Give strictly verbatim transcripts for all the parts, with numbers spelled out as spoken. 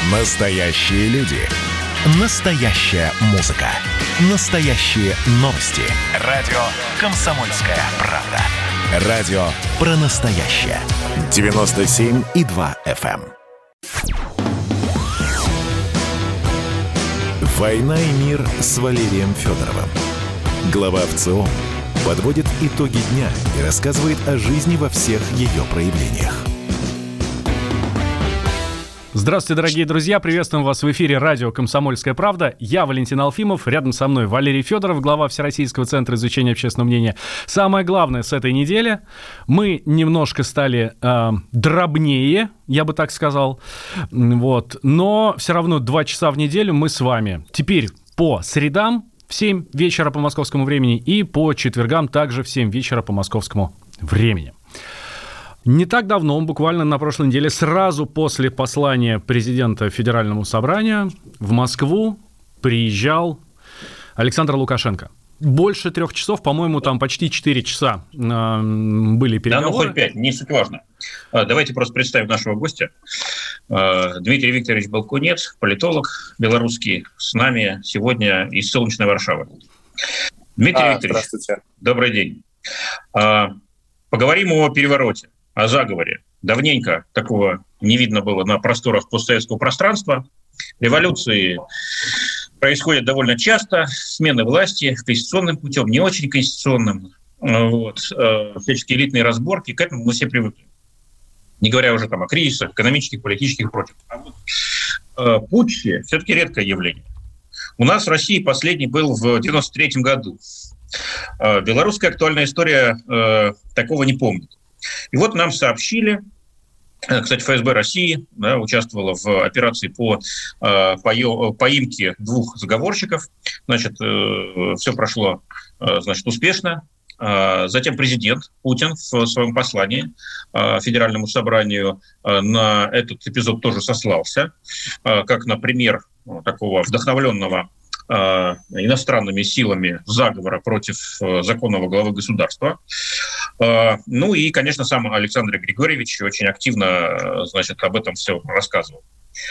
Настоящие люди. Настоящая музыка. Настоящие новости. Радио «Комсомольская правда». Радио про настоящее. девяносто семь и два эф эм. «Война и мир» с Валерием Федоровым. Глава ВЦИОМ подводит итоги дня и рассказывает о жизни во всех ее проявлениях. Здравствуйте, дорогие друзья! Приветствуем вас в эфире радио «Комсомольская правда». Я Валентин Алфимов, рядом со мной Валерий Федоров, глава Всероссийского центра изучения общественного мнения. Самое главное с этой недели – мы немножко стали э, дробнее, я бы так сказал, вот. Но все равно два часа в неделю мы с вами. Теперь по средам в семь вечера по московскому времени и по четвергам также в семь вечера по московскому времени. Не так давно, буквально на прошлой неделе, сразу после послания президента Федеральному собранию, в Москву приезжал Александр Лукашенко. Больше трех часов, по-моему, там почти четыре часа э, были переговоры. Да, ну хоть пять, не суть важно. Давайте просто представим нашего гостя. Дмитрий Викторович Балкунец, политолог белорусский, с нами сегодня из солнечной Варшавы. Дмитрий а, Викторович, здравствуйте. Добрый день. Поговорим о перевороте. О заговоре. Давненько такого не видно было на просторах постсоветского пространства. Революции происходят довольно часто, смены власти конституционным путем, не очень конституционным. Вот. Всяческие элитные разборки, к этому мы все привыкли. Не говоря уже там о кризисах, экономических, политических и прочих. А вот путчи все-таки редкое явление. У нас в России последний был в девяносто третьем году. Белорусская актуальная история такого не помнит. И вот нам сообщили, кстати, эф эс бэ России да, участвовала в операции по э, по, поимке двух заговорщиков. Значит, э, все прошло э, значит, успешно. Э, затем президент Путин в своем послании э, Федеральному собранию э, на этот эпизод тоже сослался, э, как на пример э, такого вдохновленного иностранными силами заговора против законного главы государства. Ну и, конечно, сам Александр Григорьевич очень активно, значит, об этом все рассказывал.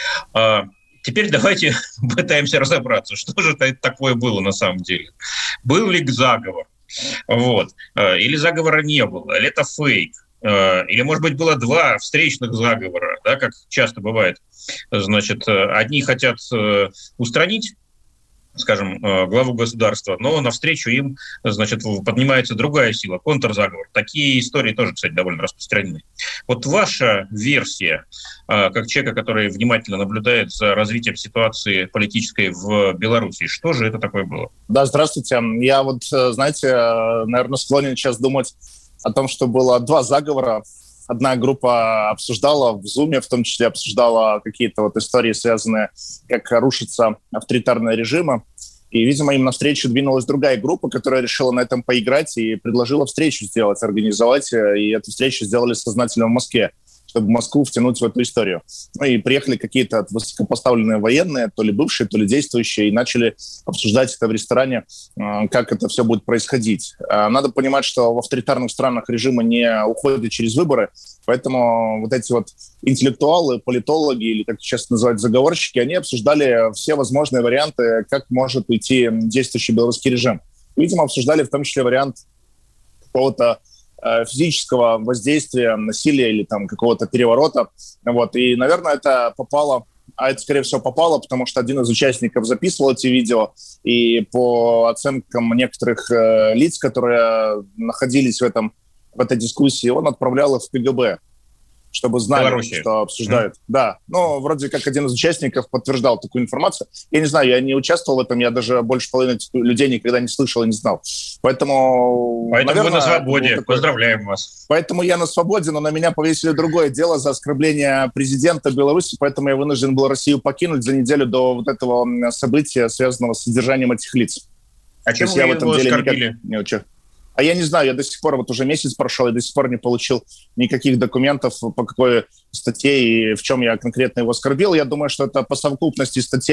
Теперь давайте пытаемся разобраться, что же это такое было на самом деле. Был ли заговор? Вот. Или заговора не было? Или это фейк? Или, может быть, было два встречных заговора, да, как часто бывает. Значит, одни хотят устранить, скажем, главу государства, но навстречу им, значит, поднимается другая сила, контрзаговор. Такие истории тоже, кстати, довольно распространены. Вот ваша версия, как человека, который внимательно наблюдает за развитием ситуации политической в Беларуси, что же это такое было? Да, здравствуйте. Я вот, знаете, наверное, склонен сейчас думать о том, что было два заговора. Одна группа обсуждала в Зуме, в том числе обсуждала какие-то вот истории, связанные, как рушатся авторитарные режимы. И, видимо, им навстречу двинулась другая группа, которая решила на этом поиграть и предложила встречу сделать, организовать. И эту встречу сделали сознательно в Москве, чтобы Москву втянуть в эту историю. Ну и приехали какие-то высокопоставленные военные, то ли бывшие, то ли действующие, и начали обсуждать это в ресторане, как это все будет происходить. Надо понимать, что в авторитарных странах режимы не уходят через выборы, поэтому вот эти вот интеллектуалы, политологи, или как сейчас называют заговорщики, они обсуждали все возможные варианты, как может уйти действующий белорусский режим. Видимо, обсуждали в том числе вариант какого-то физического воздействия, насилия или там какого-то переворота. Вот. И, наверное, это попало, а это, скорее всего, попало, потому что один из участников записывал эти видео, и по оценкам некоторых э, лиц, которые находились в, этом, в этой дискуссии, он отправлял их в ка гэ бэ, чтобы знали, Белоруссия. Что обсуждают. Mm. Да, ну, вроде как один из участников подтверждал такую информацию. Я не знаю, я не участвовал в этом, я даже больше половины людей никогда не слышал и не знал. Поэтому, Поэтому наверное, вы на свободе. такой... Поздравляем вас. Поэтому я на свободе, но на меня повесили другое дело за оскорбление президента Беларуси, поэтому я вынужден был Россию покинуть за неделю до вот этого события, связанного с содержанием этих лиц. А чем вы я в этом его деле оскорбили? Никак не учу. А я не знаю, я до сих пор, вот уже месяц прошел, я до сих пор не получил никаких документов, по какой статье и в чем я конкретно его оскорбил. Я думаю, что это по совокупности статей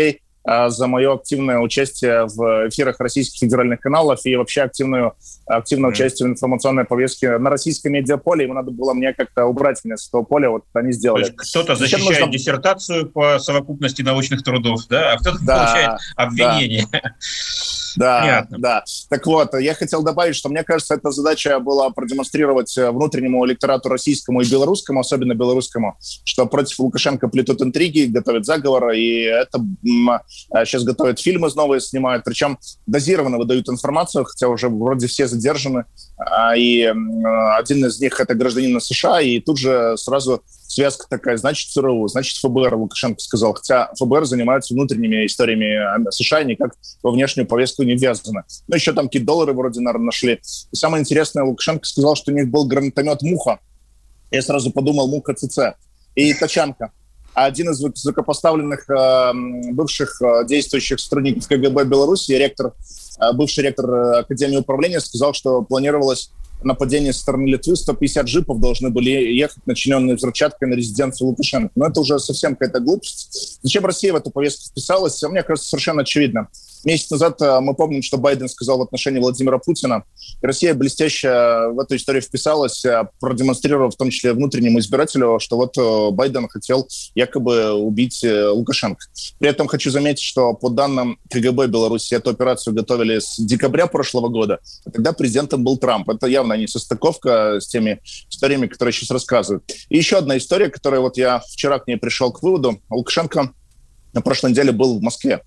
за мое активное участие в эфирах российских федеральных каналов и вообще активную, активное mm-hmm. участие в информационной повестке на российском медиаполе. Ему надо было мне как-то убрать меня с этого поля, вот они сделали. То есть кто-то Зачем защищает нужно... диссертацию по совокупности научных трудов, да, а кто-то да, получает обвинение. Да. Да, Понятно. да. Так вот, я хотел добавить, что мне кажется, эта задача была продемонстрировать внутреннему электорату российскому и белорусскому, особенно белорусскому, что против Лукашенко плетут интриги, готовят заговор, и это м, сейчас готовят фильмы новые, снимают, причем дозированно выдают информацию, хотя уже вроде все задержаны, и один из них — это гражданин США, и тут же сразу связка такая, значит, ЦРУ, значит, ФБР, Лукашенко сказал, хотя ФБР занимается внутренними историями США, никак во внешнюю повестку не ввязаны. Ну, еще там какие-то доллары вроде, наверное, нашли. И самое интересное, Лукашенко сказал, что у них был гранатомет «Муха». Я сразу подумал, «Муха ЦЦ» и «Тачанка». А один из высокопоставленных э, бывших э, действующих сотрудников КГБ Беларуси, ректор, э, бывший ректор Академии управления, сказал, что планировалось нападение со стороны Литвы, сто пятьдесят джипов должны были ехать, начиненные взрывчаткой на резиденцию Лукашенко. Но это уже совсем какая-то глупость. Зачем Россия в эту повестку вписалась? Мне кажется, совершенно очевидно. Месяц назад мы помним, что Байден сказал в отношении Владимира Путина. И Россия блестяще в эту историю вписалась, продемонстрировав в том числе внутреннему избирателю, что вот Байден хотел якобы убить Лукашенко. При этом хочу заметить, что по данным КГБ Беларуси эту операцию готовили с декабря прошлого года, а тогда президентом был Трамп. Это явно не состыковка с теми историями, которые сейчас рассказывают. И еще одна история, которая вот я вчера к ней пришел к выводу. Лукашенко на прошлой неделе был в Москве,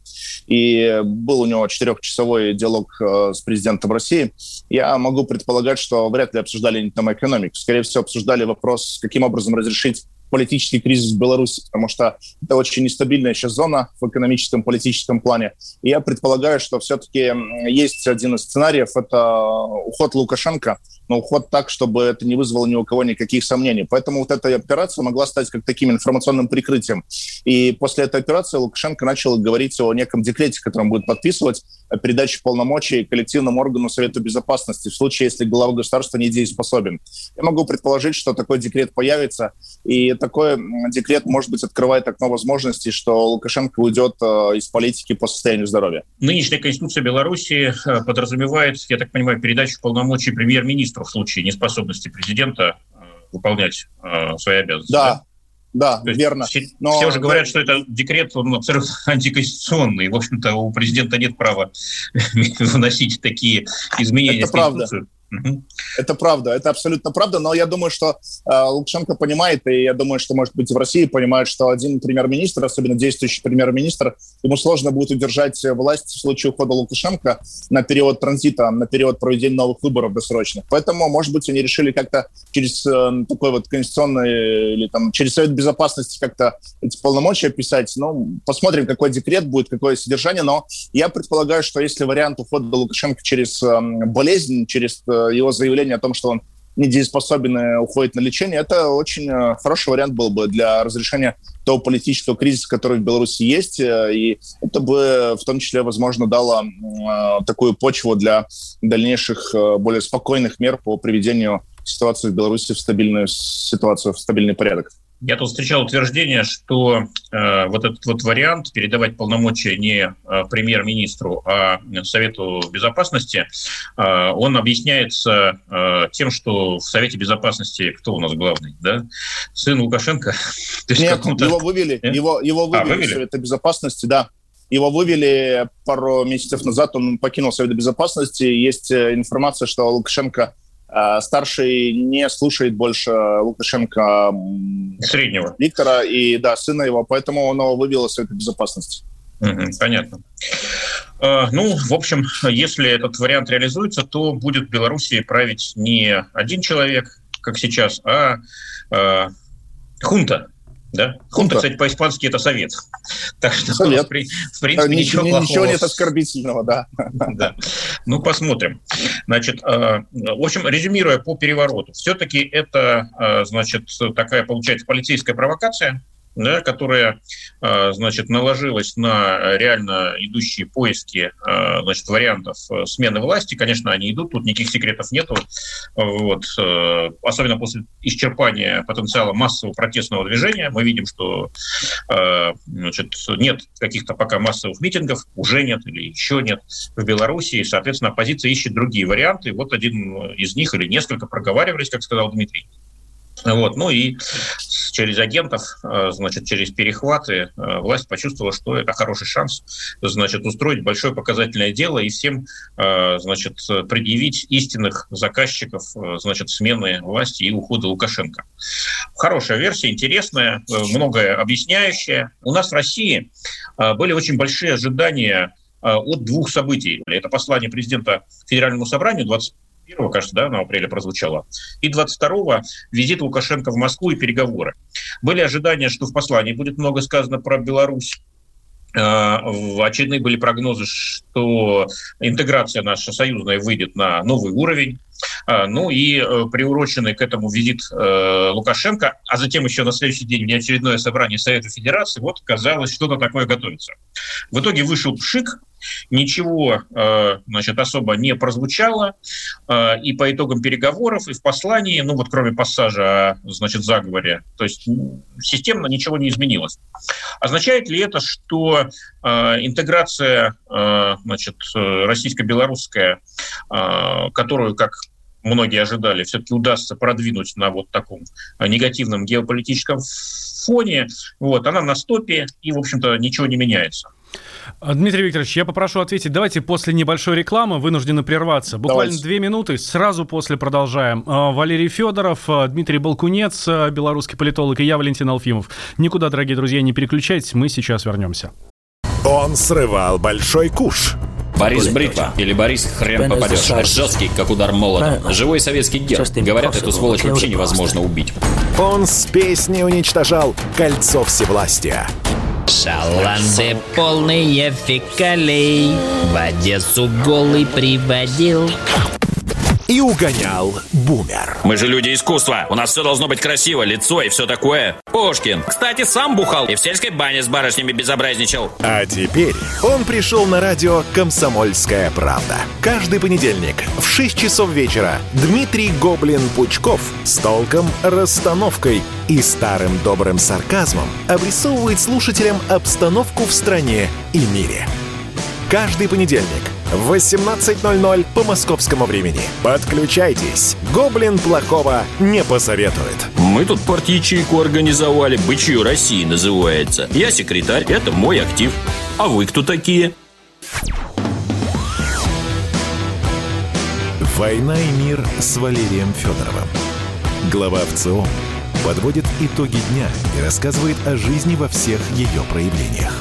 и был у него четырехчасовой диалог э, с президентом России. Я могу предполагать, что вряд ли обсуждали они там экономику. Скорее всего, обсуждали вопрос, каким образом разрешить политический кризис в Беларуси, потому что это очень нестабильная сейчас зона в экономическом, политическом плане. И я предполагаю, что все-таки есть один из сценариев — это уход Лукашенко, но уход так, чтобы это не вызвало ни у кого никаких сомнений. Поэтому вот эта операция могла стать как таким информационным прикрытием. И после этой операции Лукашенко начал говорить о неком декрете, который он будет подписывать, о передаче полномочий коллективному органу Совета Безопасности в случае, если глава государства недееспособен. Я могу предположить, что такой декрет появится, и такой декрет, может быть, открывает окно возможностей, что Лукашенко уйдет э, из политики по состоянию здоровья. Нынешняя Конституция Беларуси подразумевает, я так понимаю, передачу полномочий премьер-министру в случае неспособности президента э, выполнять э, свои обязанности. Да. Да, да, верно. Все, Но... все уже говорят, что это декрет, он абсолютно антиконституционный. В общем-то, у президента нет права вносить такие изменения в Конституцию. Угу. Это правда, это абсолютно правда, но я думаю, что э, Лукашенко понимает, и я думаю, что, может быть, в России понимает, что один премьер-министр, особенно действующий премьер-министр, ему сложно будет удержать власть в случае ухода Лукашенко на период транзита, на период проведения новых выборов досрочных. Поэтому, может быть, они решили как-то через э, такой вот конституционный или там через Совет Безопасности как-то эти полномочия писать. Ну, посмотрим, какой декрет будет, какое содержание, но я предполагаю, что если вариант ухода Лукашенко через э, болезнь, через э, его заявление о том, что он недееспособен и уходит на лечение, это очень хороший вариант был бы для разрешения того политического кризиса, который в Беларуси есть, и это бы в том числе, возможно, дало такую почву для дальнейших, более спокойных мер по приведению ситуации в Беларуси в стабильную ситуацию, в стабильный порядок. Я тут встречал утверждение, что э, вот этот вот вариант передавать полномочия не э, премьер-министру, а Совету Безопасности, э, он объясняется э, тем, что в Совете Безопасности кто у нас главный, да? Сын Лукашенко? Нет, его вывели, э? его, его вывели, а, вывели из Совета Безопасности, да. Его вывели пару месяцев назад, он покинул Совет Безопасности. Есть информация, что Лукашенко старший не слушает больше Лукашенко среднего Виктора и да, сына его, поэтому он его вывел из Совета Безопасности. Угу, понятно. Ну, в общем, если этот вариант реализуется, то будет в Беларуси править не один человек, как сейчас, а хунта. Да? Хунта, кстати, по-испански это совет. Так что, совет. В, в принципе, ничего, ничего, ничего нет оскорбительного, да. Да. Ну, посмотрим. Значит, в общем, резюмируя по перевороту, все-таки это, значит, такая, получается, полицейская провокация, да, которая, значит, наложилась на реально идущие поиски, значит, вариантов смены власти. Конечно, они идут, тут никаких секретов нету. Вот. Особенно после исчерпания потенциала массового протестного движения. Мы видим, что значит, нет каких-то пока массовых митингов, уже нет или еще нет в Беларуси, соответственно, оппозиция ищет другие варианты. Вот один из них или несколько проговаривались, как сказал Дмитрий. Вот. Ну и через агентов, значит, через перехваты власть почувствовала, что это хороший шанс, значит, устроить большое показательное дело и всем, значит, предъявить истинных заказчиков, значит, смены власти и ухода Лукашенко. Хорошая версия, интересная, многое объясняющая. У нас в России были очень большие ожидания от двух событий. Это послание президента Федеральному собранию двадцать первого, кажется, да, на апреле прозвучало, и двадцать второго визит Лукашенко в Москву и переговоры. Были ожидания, что в послании будет много сказано про Беларусь. Очевидные были прогнозы, что интеграция наша союзная выйдет на новый уровень. Ну и приуроченный к этому визит Лукашенко, а затем еще на следующий день внеочередное собрание Совета Федерации, вот, казалось, что-то такое готовится. В итоге вышел пшик, ничего, значит, особо не прозвучало, и по итогам переговоров, и в послании, ну вот кроме пассажа о, значит, заговоре, то есть системно ничего не изменилось. Означает ли это, что интеграция, значит, российско-белорусская, которую, как многие ожидали, все-таки удастся продвинуть на вот таком негативном геополитическом фоне, вот, она на стопе, и, в общем-то, ничего не меняется. Дмитрий Викторович, я попрошу ответить. Давайте после небольшой рекламы вынуждены прерваться. Буквально Давайте. две минуты, сразу после продолжаем. Валерий Федоров, Дмитрий Балкунец, белорусский политолог, и я, Валентин Алфимов. Никуда, дорогие друзья, не переключайтесь, мы сейчас вернемся. Он срывал большой куш. Борис Бритва или Борис хрен попадешь. Жесткий, как удар молота. Живой советский герб. Говорят, эту сволочь вообще невозможно убить. Он с песней уничтожал кольцо всевластия. Шаланды полные фекалей в Одессу голый приводил. И угонял бумер. Мы же люди искусства. У нас все должно быть красиво, лицо и все такое. Пушкин, кстати, сам бухал и в сельской бане с барышнями безобразничал. А теперь он пришел на радио «Комсомольская правда». Каждый понедельник в шесть часов вечера Дмитрий Гоблин-Пучков с толком, расстановкой и старым добрым сарказмом обрисовывает слушателям обстановку в стране и мире. Каждый понедельник в восемнадцать ноль ноль по московскому времени. Подключайтесь. Гоблин плохого не посоветует. Мы тут парт-ячейку организовали. «Бычью России» называется. Я секретарь, это мой актив. А вы кто такие? «Война и мир» с Валерием Федоровым. Глава ВЦИОМ подводит итоги дня и рассказывает о жизни во всех ее проявлениях.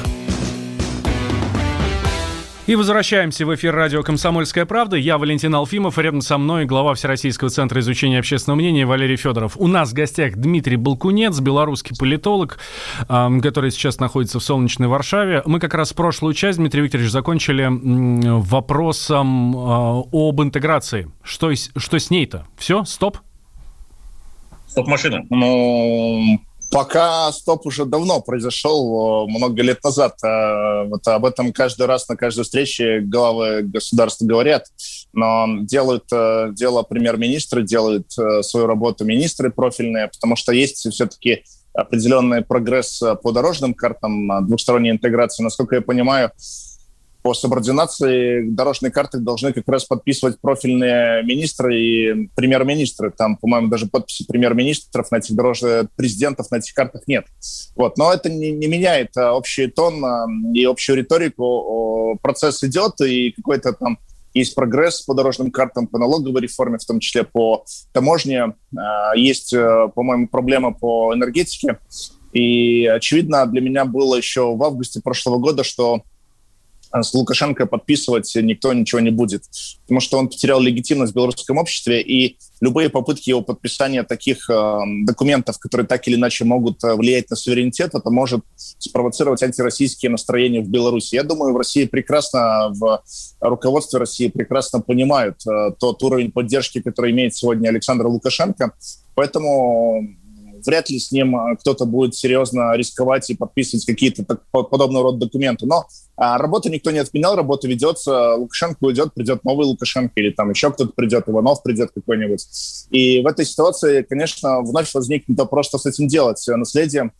И возвращаемся в эфир радио «Комсомольская правда». Я Валентин Алфимов, и рядом со мной глава Всероссийского центра изучения общественного мнения Валерий Федоров. У нас в гостях Дмитрий Балкунец, белорусский политолог, который сейчас находится в солнечной Варшаве. Мы как раз прошлую часть, Дмитрий Викторович, закончили вопросом об интеграции. Что, что с ней-то? Все? Стоп? Стоп-машина. Ну... Пока стоп уже давно произошел, много лет назад. Вот об этом каждый раз на каждой встрече главы государства говорят. Но делают дело премьер-министры, делают свою работу министры профильные, потому что есть все-таки определенный прогресс по дорожным картам, двухсторонней интеграции. Насколько я понимаю, по субординации дорожные карты должны как раз подписывать профильные министры и премьер-министры. Там, по-моему, даже подписи премьер-министров на этих дорожных президентов на этих картах нет. Вот. Но это не, не меняет а, общий тон а, и общую риторику. О, процесс идет, и какой-то там есть прогресс по дорожным картам, по налоговой реформе, в том числе по таможне. А, есть, а, по-моему, проблема по энергетике. И очевидно для меня было еще в августе прошлого года, что с Лукашенко подписывать никто ничего не будет, потому что он потерял легитимность в белорусском обществе, и любые попытки его подписания таких э, документов, которые так или иначе могут влиять на суверенитет, это может спровоцировать антироссийские настроения в Беларуси. Я думаю, в России прекрасно, в руководстве России прекрасно понимают э, тот уровень поддержки, который имеет сегодня Александр Лукашенко, поэтому вряд ли с ним кто-то будет серьезно рисковать и подписывать какие-то так, подобного рода документы. Но а, работу никто не отменял, работа ведется. Лукашенко уйдет, придет новый Лукашенко, или там еще кто-то придет, Иванов придет какой-нибудь. И в этой ситуации, конечно, вновь возникнет вопрос, что с этим делать. Наследие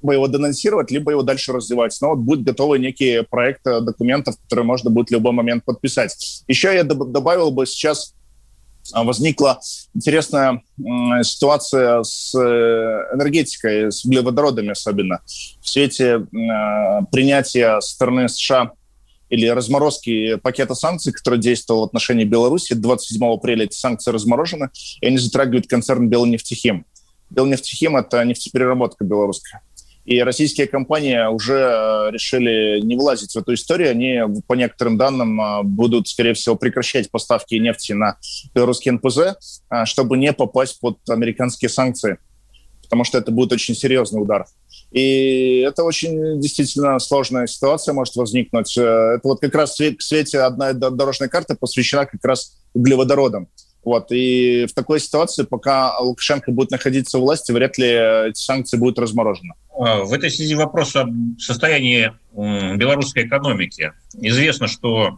его денонсировать, либо его дальше развивать. Но вот будут готовы некие проекты документов, которые можно будет в любой момент подписать. Еще я добавил бы, сейчас возникла интересная ситуация с энергетикой, с углеводородами особенно. В свете принятия со стороны США или разморозки пакета санкций, который действовал в отношении Беларуси, двадцать седьмого апреля эти санкции разморожены, и они затрагивают концерн «Белнефтехим». «Белнефтехим» — это нефтепереработка белорусская. И российские компании уже решили не влазить в эту историю. Они, по некоторым данным, будут, скорее всего, прекращать поставки нефти на белорусский эн пэ зэ, чтобы не попасть под американские санкции, потому что это будет очень серьезный удар. И это очень действительно сложная ситуация может возникнуть. Это вот как раз в свете одна дорожная карта посвящена как раз углеводородам. Вот. И в такой ситуации, пока Лукашенко будет находиться у власти, вряд ли эти санкции будут разморожены. В этой связи вопрос о состоянии белорусской экономики. Известно, что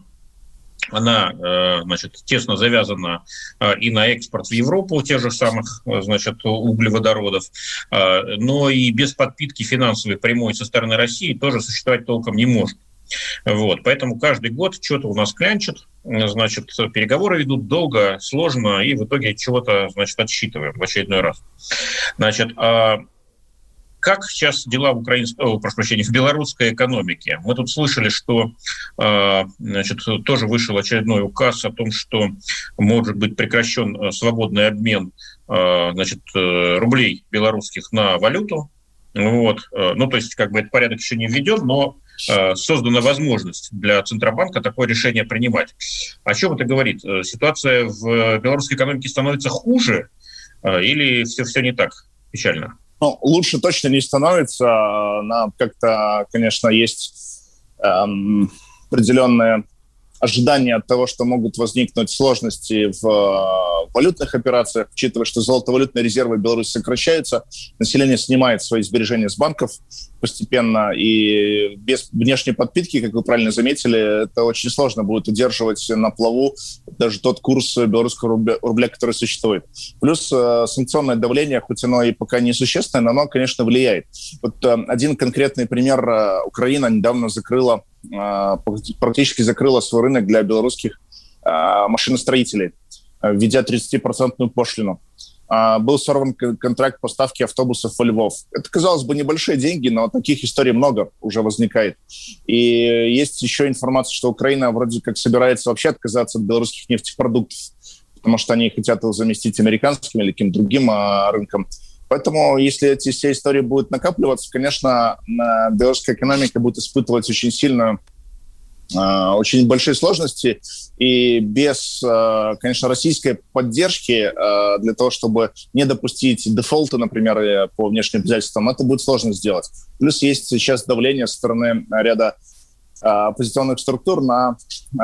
она, значит, тесно завязана и на экспорт в Европу тех же самых, значит, углеводородов, но и без подпитки финансовой прямой со стороны России тоже существовать толком не может. Вот, поэтому каждый год что-то у нас клянчит, значит, переговоры ведут долго, сложно, и в итоге чего-то, значит, отсчитываем в очередной раз. Значит, а как сейчас дела в украинской, о, прошу прощения, в белорусской экономике? Мы тут слышали, что, значит, тоже вышел очередной указ о том, что может быть прекращен свободный обмен, значит, рублей белорусских на валюту. Вот. Ну, то есть, как бы этот порядок еще не введен, но создана возможность для Центробанка такое решение принимать. О чем это говорит? Ситуация в белорусской экономике становится хуже или все, все не так печально? Ну, лучше точно не становится. Она как-то, конечно, есть эм, определенные ожидания от того, что могут возникнуть сложности в э, валютных операциях, учитывая, что золотовалютные резервы Беларуси сокращаются, население снимает свои сбережения с банков постепенно, и без внешней подпитки, как вы правильно заметили, это очень сложно будет удерживать на плаву даже тот курс белорусского рубля, рубля который существует. Плюс э, санкционное давление, хоть оно и пока не существенное, но оно, конечно, влияет. Вот э, один конкретный пример. Э, Украина недавно закрыла практически закрыла свой рынок для белорусских а, машиностроителей, введя тридцатипроцентную пошлину. А, был сорван контракт поставки автобусов во Львов. Это, казалось бы, небольшие деньги, но таких историй много уже возникает. И есть еще информация, что Украина вроде как собирается вообще отказаться от белорусских нефтепродуктов, потому что они хотят его заместить американским или каким-то другим а, рынком. Поэтому, если эти все истории будут накапливаться, конечно, белорусская экономика будет испытывать очень сильно, очень большие сложности. И без, конечно, российской поддержки для того, чтобы не допустить дефолта, например, по внешним обязательствам, это будет сложно сделать. Плюс есть сейчас давление со стороны ряда оппозиционных структур на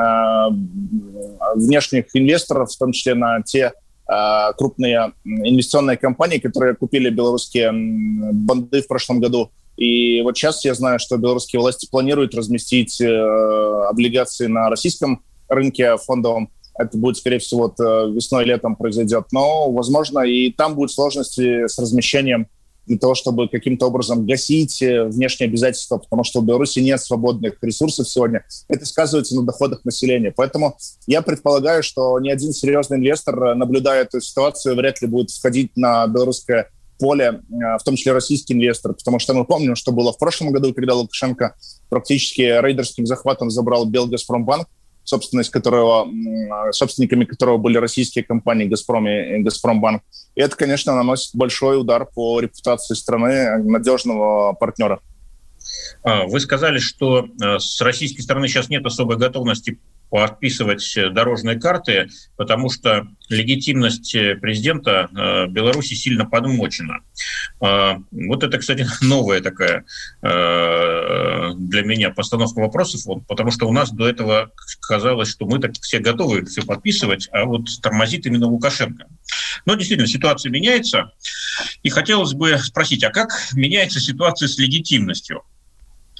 внешних инвесторов, в том числе на те крупные инвестиционные компании, которые купили белорусские банды в прошлом году. И вот сейчас я знаю, что белорусские власти планируют разместить э, облигации на российском рынке фондовом. Это будет, скорее всего, вот, весной-летом произойдет. Но, возможно, и там будут сложности с размещением для того, чтобы каким-то образом гасить внешние обязательства, потому что в Беларуси нет свободных ресурсов сегодня. Это сказывается на доходах населения. Поэтому я предполагаю, что ни один серьезный инвестор, наблюдая эту ситуацию, вряд ли будет входить на белорусское поле, в том числе российский инвестор, потому что мы помним, что было в прошлом году, когда Лукашенко практически рейдерским захватом забрал Белгазпромбанк, собственность которого, собственниками которого были российские компании «Газпром» и «Газпромбанк». И это, конечно, наносит большой удар по репутации страны, надежного партнера. Вы сказали, что с российской стороны сейчас нет особой готовности подписывать дорожные карты, потому что легитимность президента Беларуси сильно подмочена. Вот это, кстати, новая такая для меня постановка вопросов, потому что у нас до этого казалось, что мы так все готовы все подписывать, а вот тормозит именно Лукашенко. Но действительно ситуация меняется, и хотелось бы спросить, а как меняется ситуация с легитимностью?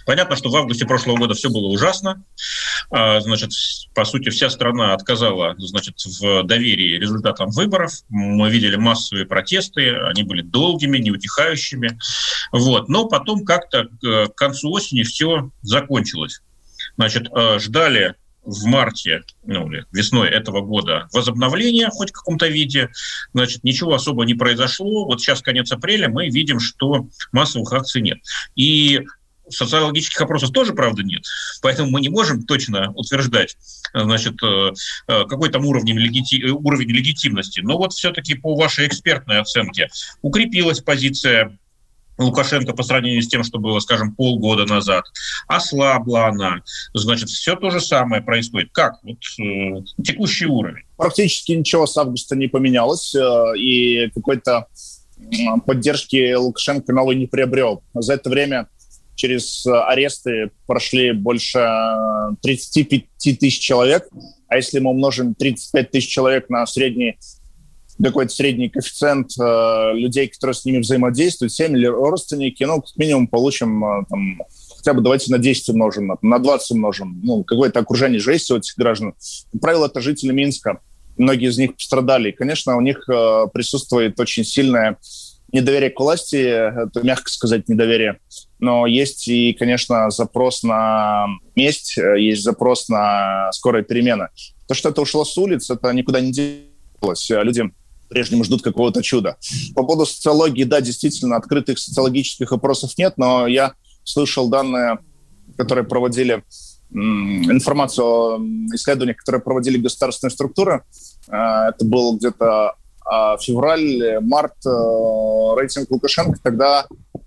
Понятно, что в августе прошлого года все было ужасно. Значит, по сути, вся страна отказала, значит, в доверии результатам выборов. Мы видели массовые протесты, они были долгими, неутихающими. Вот. Но потом как-то к концу осени все закончилось. Значит, ждали в марте, ну, весной этого года возобновления хоть в каком-то виде. Значит, ничего особо не произошло. Вот сейчас конец апреля, мы видим, что массовых акций нет. И социологических опросов тоже, правда, нет. Поэтому мы не можем точно утверждать, значит, какой там уровень, легити... уровень легитимности. Но вот все-таки по вашей экспертной оценке укрепилась позиция Лукашенко по сравнению с тем, что было, скажем, полгода назад. Ослабла она. Значит, все то же самое происходит. Как? Вот, э, текущий уровень. Практически ничего с августа не поменялось. Э, и какой-то поддержки Лукашенко новый не приобрел. За это время через аресты прошли больше тридцать пять тысяч человек. А если мы умножим тридцать пять тысяч человек на средний какой-то средний коэффициент э, людей, которые с ними взаимодействуют, семь или родственники, ну, как минимум получим э, там, хотя бы давайте на десять умножим, на, на двадцать умножим. Ну, какое-то окружение же есть у этих граждан. Как правило, это жители Минска. Многие из них пострадали. И, конечно, у них э, присутствует очень сильное недоверие к власти, это, мягко сказать, недоверие. Но есть и, конечно, запрос на месть, есть запрос на скорые перемены. То, что это ушло с улиц, это никуда не делось. Люди по-прежнему ждут какого-то чуда. По поводу социологии, да, действительно, открытых социологических опросов нет, но я слышал данные, которые проводили, информацию о исследованиях, которые проводили государственные структуры. Это был где-то февраль, март, рейтинг Лукашенко тогда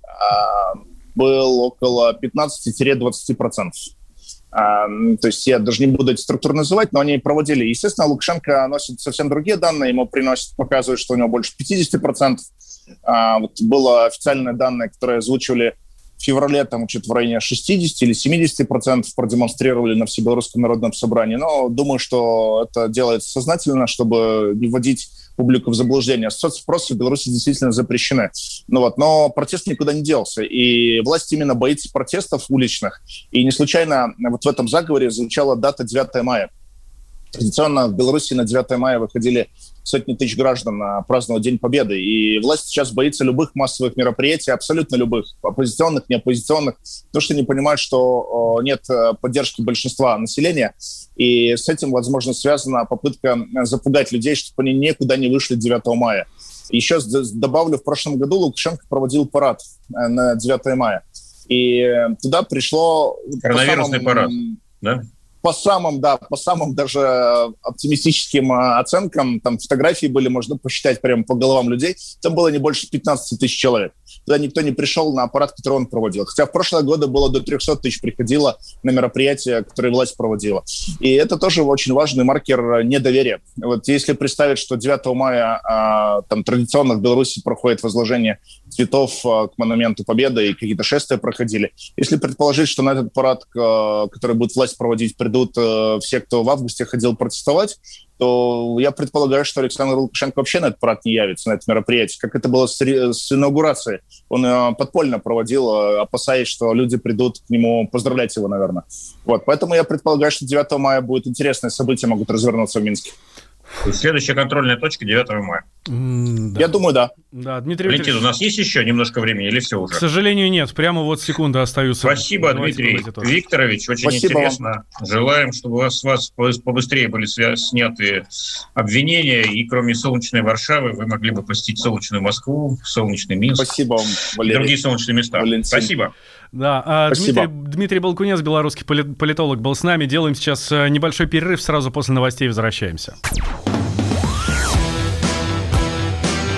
был около пятнадцать-двадцать процентов. Uh, то есть я даже не буду эти структуры называть, но они проводили. Естественно, Лукашенко носит совсем другие данные, ему приносят, показывают, что у него больше пятьдесят процентов. Uh, вот было официальные данные, которые озвучивали в феврале, там, что-то в районе шестьдесят или семьдесят процентов продемонстрировали на Всебелорусском народном собрании. Но думаю, что это делается сознательно, чтобы не вводить публику в заблуждение. Соцопросы в Беларуси действительно запрещены. Ну вот, но протест никуда не делся. И власть именно боится протестов уличных. И не случайно вот в этом заговоре звучала дата девятое мая. Традиционно в Беларуси на девятое мая выходили сотни тысяч граждан на праздновать День Победы. И власть сейчас боится любых массовых мероприятий, абсолютно любых, оппозиционных, неоппозиционных, потому что не понимают, что нет поддержки большинства населения. И с этим, возможно, связана попытка запугать людей, чтобы они никуда не вышли девятого мая. Еще добавлю, в прошлом году Лукашенко проводил парад на девятое мая. И туда пришло... Коронавирусный самым, парад, да? По самым, да, по самым даже оптимистическим оценкам, там фотографии были, можно посчитать прямо по головам людей, там было не больше пятнадцать тысяч человек. Туда никто не пришел на аппарат, который он проводил. Хотя в прошлые годы было до триста тысяч приходило на мероприятия, которые власть проводила. И это тоже очень важный маркер недоверия. Вот если представить, что девятого мая а, там традиционно в Беларуси проходит возложение цветов а, к монументу Победы и какие-то шествия проходили. Если предположить, что на этот парад, а, который будет власть проводить, придут а, все, кто в августе ходил протестовать, то я предполагаю, что Александр Лукашенко вообще на этот парад не явится, на это мероприятие. Как это было с, с инаугурацией. Он э, подпольно проводил, э, опасаясь, что люди придут к нему поздравлять его, наверное. Вот. Поэтому я предполагаю, что девятого мая будет интересное событие, могут развернуться в Минске. Следующая контрольная точка девятого мая. Mm, да. Я думаю, да. Да, Дмитрий Валентин, Викторович, у нас есть еще немножко времени или все уже? К сожалению, нет. Прямо вот секунды остаются. Спасибо, Давайте Дмитрий Викторович. Очень Спасибо интересно. Вам. Желаем, чтобы у вас, у вас побыстрее были сняты обвинения, и кроме солнечной Варшавы вы могли бы посетить солнечную Москву, солнечный Минск. Спасибо вам, Валерий. И другие солнечные места. Валентин. Спасибо. Да, а Спасибо. Дмитрий, Дмитрий Балкунец, белорусский политолог, был с нами. Делаем сейчас небольшой перерыв, сразу после новостей возвращаемся.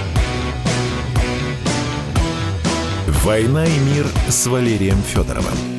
«Война и мир» с Валерием Федоровым.